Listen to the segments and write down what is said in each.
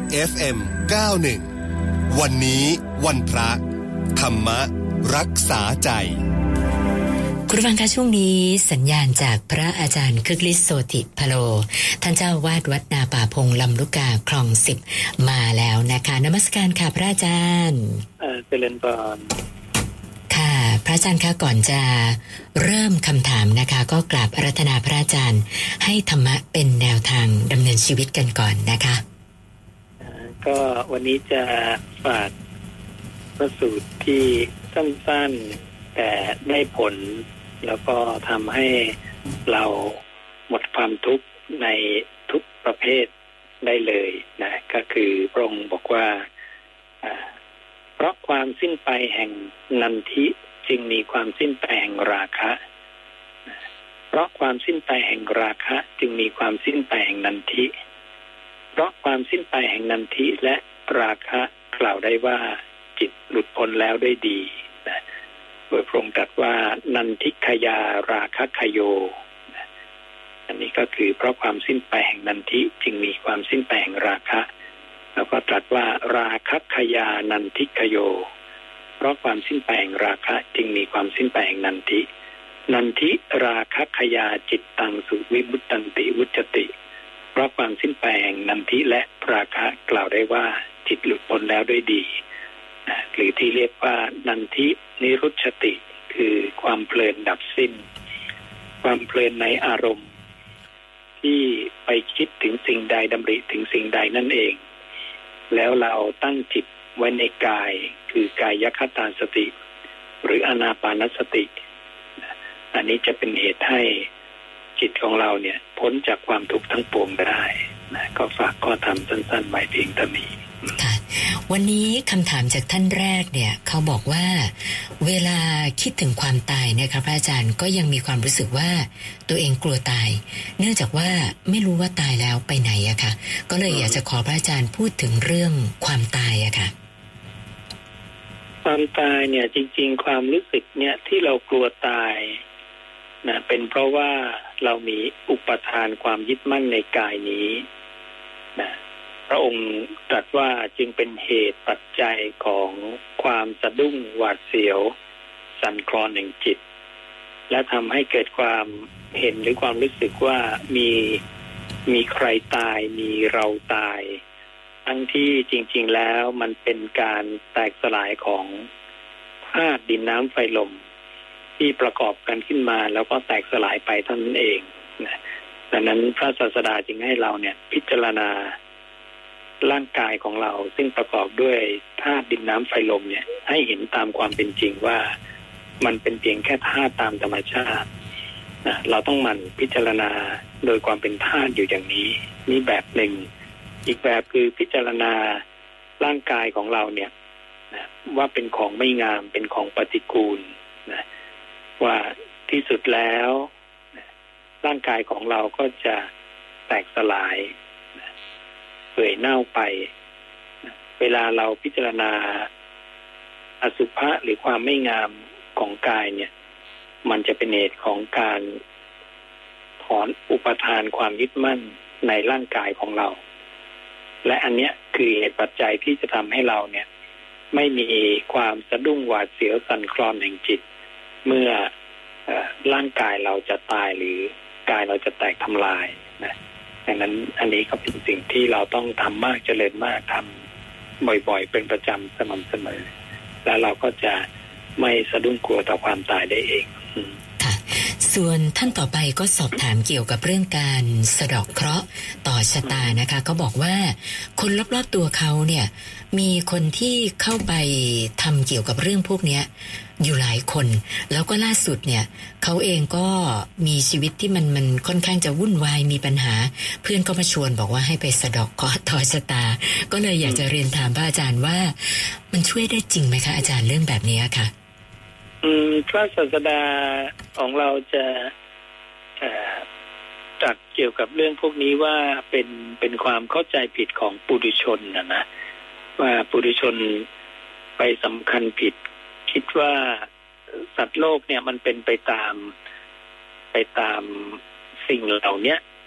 FM 91วันนี้วันพระธรรมรักษาใจคุณฟังคะช่วงนี้สัญญาณจากพระอาจารย์คึกฤทธิ์โสติพโลท่านเจ้าวาดวัดนาป่าพงลำลูกกาคลอง10มาแล้วนะคะนมัสการค่ะพระอาจารย์เจริญพรค่ะพระอาจารย์คะก่อนจะเริ่มคำถามนะคะก็กราบอาราธนาพระอาจารย์ให้ธรรมะเป็นแนวทางดำเนินชีวิตกันก่อนนะคะก็วันนี้จะฝากพระสูตรที่สั้นๆแต่ได้ผลแล้วก็ทำให้เราหมดความทุกข์ในทุกประเภทได้เลยนะก็คือพระองค์บอกว่าเพราะความสิ้นไปแห่งนันทิจึงมีความสิ้นไปแห่งราคะเพราะความสิ้นไปแห่งราคะจึงมีความสิ้นไปแห่งนันทิเพราะความสิ้นไปแห่งนันทิและราคะกล่าวได้ว่าจิตหลุดพ้นแล้วด้วยดีนะโดยพระองค์ตรัสว่านันทิขยาราคะขโยนะอันนี้ก็คือเพราะความสิ้นไปแห่งนันทิจึงมีความสิ้นไปแห่งราคะแล้วก็ตรัสว่าราคะขยานันทิขโยเพราะความสิ้นไปแห่งราคะจึงมีความสิ้นไปแห่งนันทินันทิราคะขยาจิตตังสุวิมุตตันติวุจติเพราะความสิ้นไปแห่งนันทิและราคะกล่าวได้ว่าจิตหลุดพ้นแล้วด้วยดีหรือที่เรียกว่านันทินิรุชติคือความเพลินดับสิ้นความเพลินในอารมณ์ที่ไปคิดถึงสิ่งใดดำริถึงสิ่งใดนั่นเองแล้วเราตั้งจิตไว้ในกายคือกายคตาสติหรืออานาปานสติอันนี้จะเป็นเหตุให้จิตของเราเนี่ยพ้นจากความทุกข์ทั้งปวงได้นะก็ฝากข้อธรรมสั้นๆไว้เพียงเท่านี้ค่ะวันนี้คำถามจากท่านแรกเนี่ยเขาบอกว่าเวลาคิดถึงความตายนะครับพระอาจารย์ก็ยังมีความรู้สึกว่าตัวเองกลัวตายเนื่องจากว่าไม่รู้ว่าตายแล้วไปไหนอะค่ะก็เลยอยากจะขอพระอาจารย์พูดถึงเรื่องความตายอะค่ะความตายเนี่ยจริงๆความรู้สึกเนี่ยที่เรากลัวตายนะเป็นเพราะว่าเรามีอุปทานความยึดมั่นในกายนี้นะพระองค์ตรัสว่าจึงเป็นเหตุปัจจัยของความสะดุ้งหวาดเสียวสั่นคลอนแห่งจิตและทำให้เกิดความเห็นหรือความรู้สึกว่ามีใครตายมีเราตายทั้งที่จริงๆแล้วมันเป็นการแตกสลายของธาตุดินน้ำไฟลมที่ประกอบกันขึ้นมาแล้วก็แตกสลายไปเท่านั้นเองนะดังนั้นพระศาสดาจึงให้เราเนี่ยพิจารณาร่างกายของเราซึ่งประกอบด้วยธาตุดินน้ำไฟลมเนี่ยให้เห็นตามความเป็นจริงว่ามันเป็นเพียงแค่ธาตุตามธรรมชาตินะเราต้องหมั่นพิจารณาโดยความเป็นธาตุอยู่อย่างนี้นี่แบบหนึ่งอีกแบบคือพิจารณาร่างกายของเราเนี่ยนะว่าเป็นของไม่งามเป็นของปฏิกูลนะว่าที่สุดแล้วนะร่างกายของเราก็จะแตกสลายเปื่อยเน่าไปเวลาเราพิจารณาอสุภะหรือความไม่งามของกายเนี่ยมันจะเป็นเหตุของการถอนอุปทานความยึดมั่นในร่างกายของเราและอันเนี้ยคือเหตุปัจจัยที่จะทำให้เราเนี่ยไม่มีความสะดุ้งหวาดเสียวสั่นคลอนแห่งจิตเมื่อร่างกายเราจะตายหรือกายเราจะแตกทำลายนะดังนั้นอันนี้ก็เป็นสิ่งที่เราต้องทำมากเจริญมากทำบ่อยๆเป็นประจำสม่ำเสมอแล้วเราก็จะไม่สะดุ้งกลัวต่อความตายได้เองค่ะส่วนท่านต่อไปก็สอบถามเกี่ยวกับเรื่องการสะเดาะเคราะห์ต่อชะตานะคะเขาบอกว่าคนรอบๆตัวเขาเนี่ยมีคนที่เข้าไปทำเกี่ยวกับเรื่องพวกนี้อยู่หลายคนแล้วก็ล่าสุดเนี่ยเขาเองก็มีชีวิตที่มันค่อนข้างจะวุ่นวายมีปัญหาเพื่อนก็มาชวนบอกว่าให้ไปสะเดาะเคราะห์ต่อชะตาก็เลยอยากจะเรียนถามพระอาจารย์ว่ามันช่วยได้จริงไหมคะอาจารย์เรื่องแบบนี้ค่ะพระศาสดาของเราจะตรัสเกี่ยวกับเรื่องพวกนี้ว่าเป็นความเข้าใจผิดของปุถุชนนะว่าปุถุชนไปสำคัญผิดคิดว่าสัตว์โลกเนี่ยมันเป็นไปตามสิ่งเหล่านี้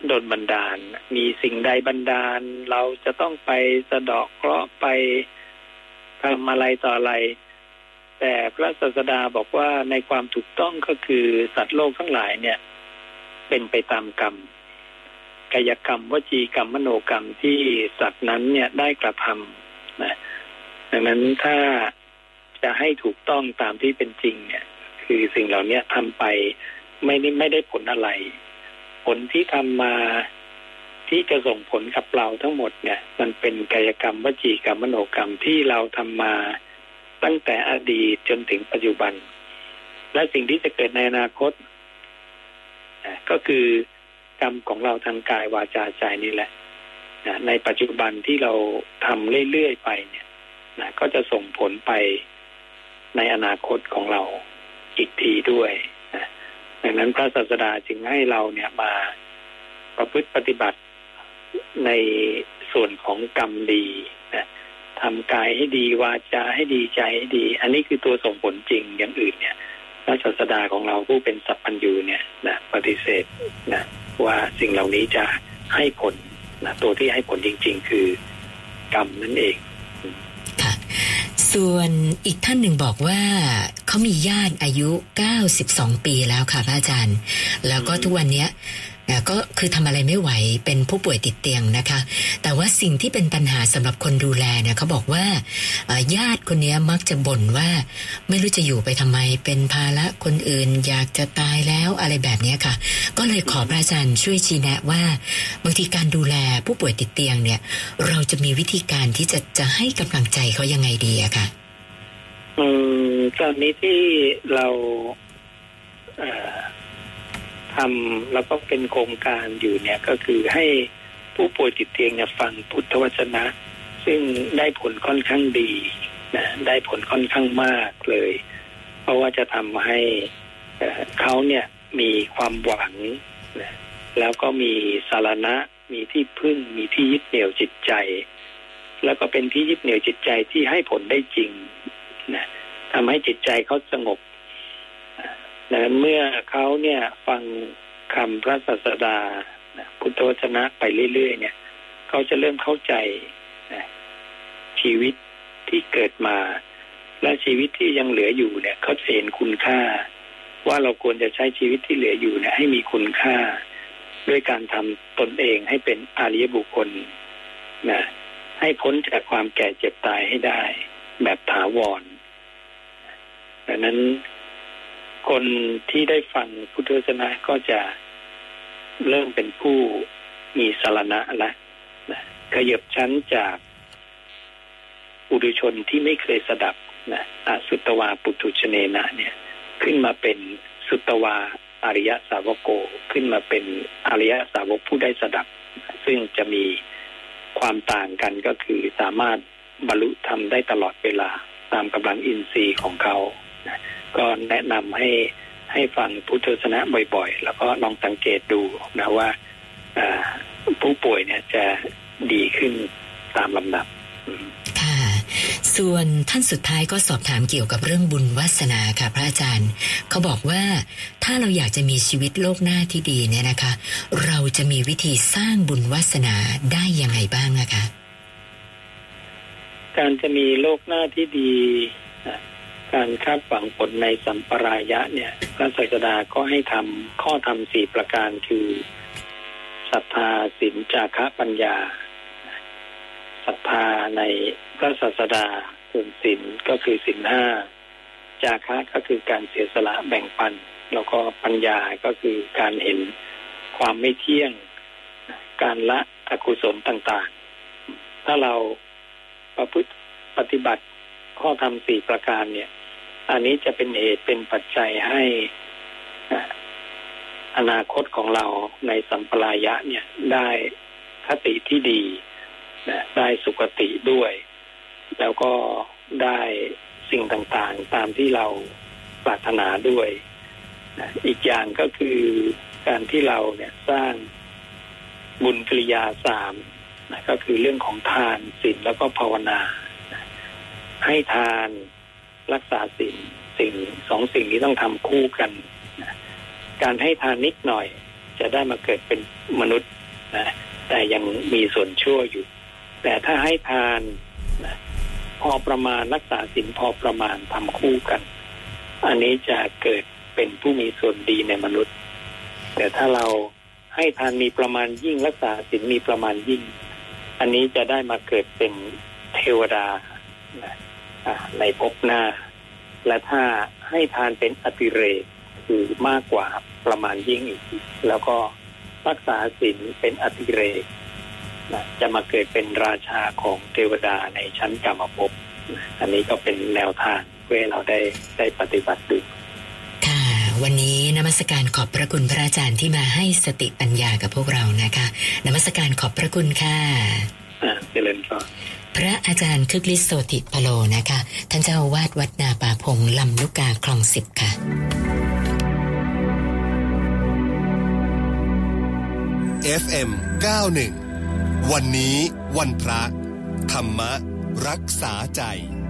โดนบันดาลมีสิ่งใดบันดาลเราจะต้องไปสะเดาะเคราะห์ไปทำอะไรต่ออะไรแต่พระศาสดาบอกว่าในความถูกต้องก็คือสัตว์โลกทั้งหลายเนี่ยเป็นไปตามกรรมกายกรรมวจีกรรมมโนกรรมที่สัตว์นั้นเนี่ยได้กระทำนะดังนั้นถ้าจะให้ถูกต้องตามที่เป็นจริงเนี่ยคือสิ่งเหล่านี้ทำไปไม่ได้ผลอะไรผลที่ทำมาที่จะส่งผลกับเราทั้งหมดเนี่ยมันเป็นกายกรรมวจีกรรมมโนกรรมที่เราทำมาตั้งแต่อดีตจนถึงปัจจุบันและสิ่งที่จะเกิดในอนาคตก็คือกรรมของเราทางกายวาจาใจนี่แหละในปัจจุบันที่เราทำเรื่อยๆไปเนี่ยก็จะส่งผลไปในอนาคตของเราอีกทีด้วยดังนั้นพระศาสดาจึงให้เราเนี่ยมาประพฤติปฏิบัติในส่วนของกรรมดีทำกายให้ดีวาจาให้ดีใจให้ดีอันนี้คือตัวส่งผลจริงอย่างอื่นเนี่ยพระศาสดาของเราผู้เป็นสัพพัญญูเนี่ยปฏิเสธว่าสิ่งเหล่านี้จะให้ผลตัวที่ให้ผลจริงๆคือกรรมนั่นเองค่ะส่วนอีกท่านหนึ่งบอกว่าเขามีญาติอายุ92ปีแล้วค่ะพระอาจารย์แล้วก็ทุกวันนี้ก็คือทำอะไรไม่ไหวเป็นผู้ป่วยติดเตียงนะคะแต่ว่าสิ่งที่เป็นปัญหาสำหรับคนดูแลเนี่ยเขาบอกว่าญาติคนนี้มักจะบ่นว่าไม่รู้จะอยู่ไปทำไมเป็นภาระคนอื่นอยากจะตายแล้วอะไรแบบนี้ค่ะก็เลยขอพระอาจารย์ช่วยชี้แนะว่าบางทีการดูแลผู้ป่วยติดเตียงเนี่ยเราจะมีวิธีการที่จะให้กำลังใจเขายังไงดีอะค่ะตอนนี้ที่เราทำแล้วก็เป็นโครงการอยู่เนี่ยก็คือให้ผู้ป่วยติดเตียงเนี่ยฟังพุทธวจนะซึ่งได้ผลค่อนข้างดีนะได้ผลค่อนข้างมากเลยเพราะว่าจะทำให้เขาเนี่ยมีความหวังนะแล้วก็มีสารณะมีที่พึ่งมีที่ยึดเหนี่ยวจิตใจแล้วก็เป็นที่ยึดเหนี่ยวจิตใจที่ให้ผลได้จริงนะทำให้จิตใจเขาสงบดังนั้นเมื่อเขาเนี่ยฟังคำพระศาสดาพุทธวจนะไปเรื่อยๆเนี่ยเขาจะเริ่มเข้าใจชีวิตที่เกิดมาและชีวิตที่ยังเหลืออยู่เนี่ยเขาเห็นคุณค่าว่าเราควรจะใช้ชีวิตที่เหลืออยู่เนี่ยให้มีคุณค่าด้วยการทำตนเองให้เป็นอริยบุคคลนะให้พ้นจากความแก่เจ็บตายให้ได้แบบถาวรดังนั้นคนที่ได้ฟังพุทธวจนะก็จะเริ่มเป็นผู้มีสรณะและขยับชั้นจากปุถุชนที่ไม่เคยสดับสุตวาปุถุชเนนะเนี่ยขึ้นมาเป็นสุตวาอริยสาวโกขึ้นมาเป็นอริยสาวกผู้ได้สดับซึ่งจะมีความต่างกันก็คือสามารถบรรลุธรรมได้ตลอดเวลาตามกำลังอินทรีย์ของเขาก็แนะนำให้ฟังพุทธวจนะบ่อยๆแล้วก็ลองสังเกตดูนะว่าผู้ป่วยเนี่ยจะดีขึ้นตามลำดับค่ะส่วนท่านสุดท้ายก็สอบถามเกี่ยวกับเรื่องบุญวาสนาค่ะพระอาจารย์เขาบอกว่าถ้าเราอยากจะมีชีวิตโลกหน้าที่ดีเนี่ยนะคะเราจะมีวิธีสร้างบุญวาสนาได้ยังไงบ้างนะคะการจะมีโลกหน้าที่ดีการคาดหวังผลในสัมปรายะเนี่ยพระศาสดาก็ให้ทำข้อธรรม4ประการคือศรัทธาศีลจาคะปัญญาศรัทธาในพระศาสดาส่วนศีลก็คือศีล5จาคะก็คือการเสียสละแบ่งปันแล้วก็ปัญญาก็คือการเห็นความไม่เที่ยงการละอกุศลต่างๆถ้าเราประพฤติปฏิบัติข้อธรรม4ประการเนี่ยอันนี้จะเป็นเหตุเป็นปัจจัยให้อนาคตของเราในสัมปรายะเนี่ยได้คติที่ดีได้สุคติด้วยแล้วก็ได้สิ่งต่างๆตามที่เราปรารถนาด้วยอีกอย่างก็คือการที่เราเนี่ยสร้างบุญกิริยา3ก็คือเรื่องของทานศีลแล้วก็ภาวนาให้ทานรักษาศีล2 สิ่งนี้ต้องทำคู่กันการให้ทานนิดหน่อยจะได้มาเกิดเป็นมนุษย์นะแต่ยังมีส่วนชั่วอยู่แต่ถ้าให้ทานนะพอประมาณรักษาศีลพอประมาณทำคู่กันอันนี้จะเกิดเป็นผู้มีส่วนดีในมนุษย์แต่ถ้าเราให้ทานมีประมาณยิ่งรักษาศีลมีประมาณยิ่งอันนี้จะได้มาเกิดเป็นเทวดาในภพหน้าและถ้าให้ทานเป็นอติเรกคือมากกว่าประมาณยิ่งอีกแล้วก็รักษาศีลเป็นอติเรกจะมาเกิดเป็นราชาของเทวดาในชั้นกามภพอันนี้ก็เป็นแนวทางเพื่อเราได้ปฏิบัติดูค่ะวันนี้นมัสการขอบพระคุณพระอาจารย์ที่มาให้สติปัญญากับพวกเรานะคะนมัสการขอบพระคุณค่ะเจริญพรพระอาจารย์คึกฤทธิ์โสติพโลนะคะท่านเจ้าอาวาสวัดนาป่าพงลำลูกกาคลอง10ค่ะ FM 91วันนี้วันพระธรรมรักษาใจ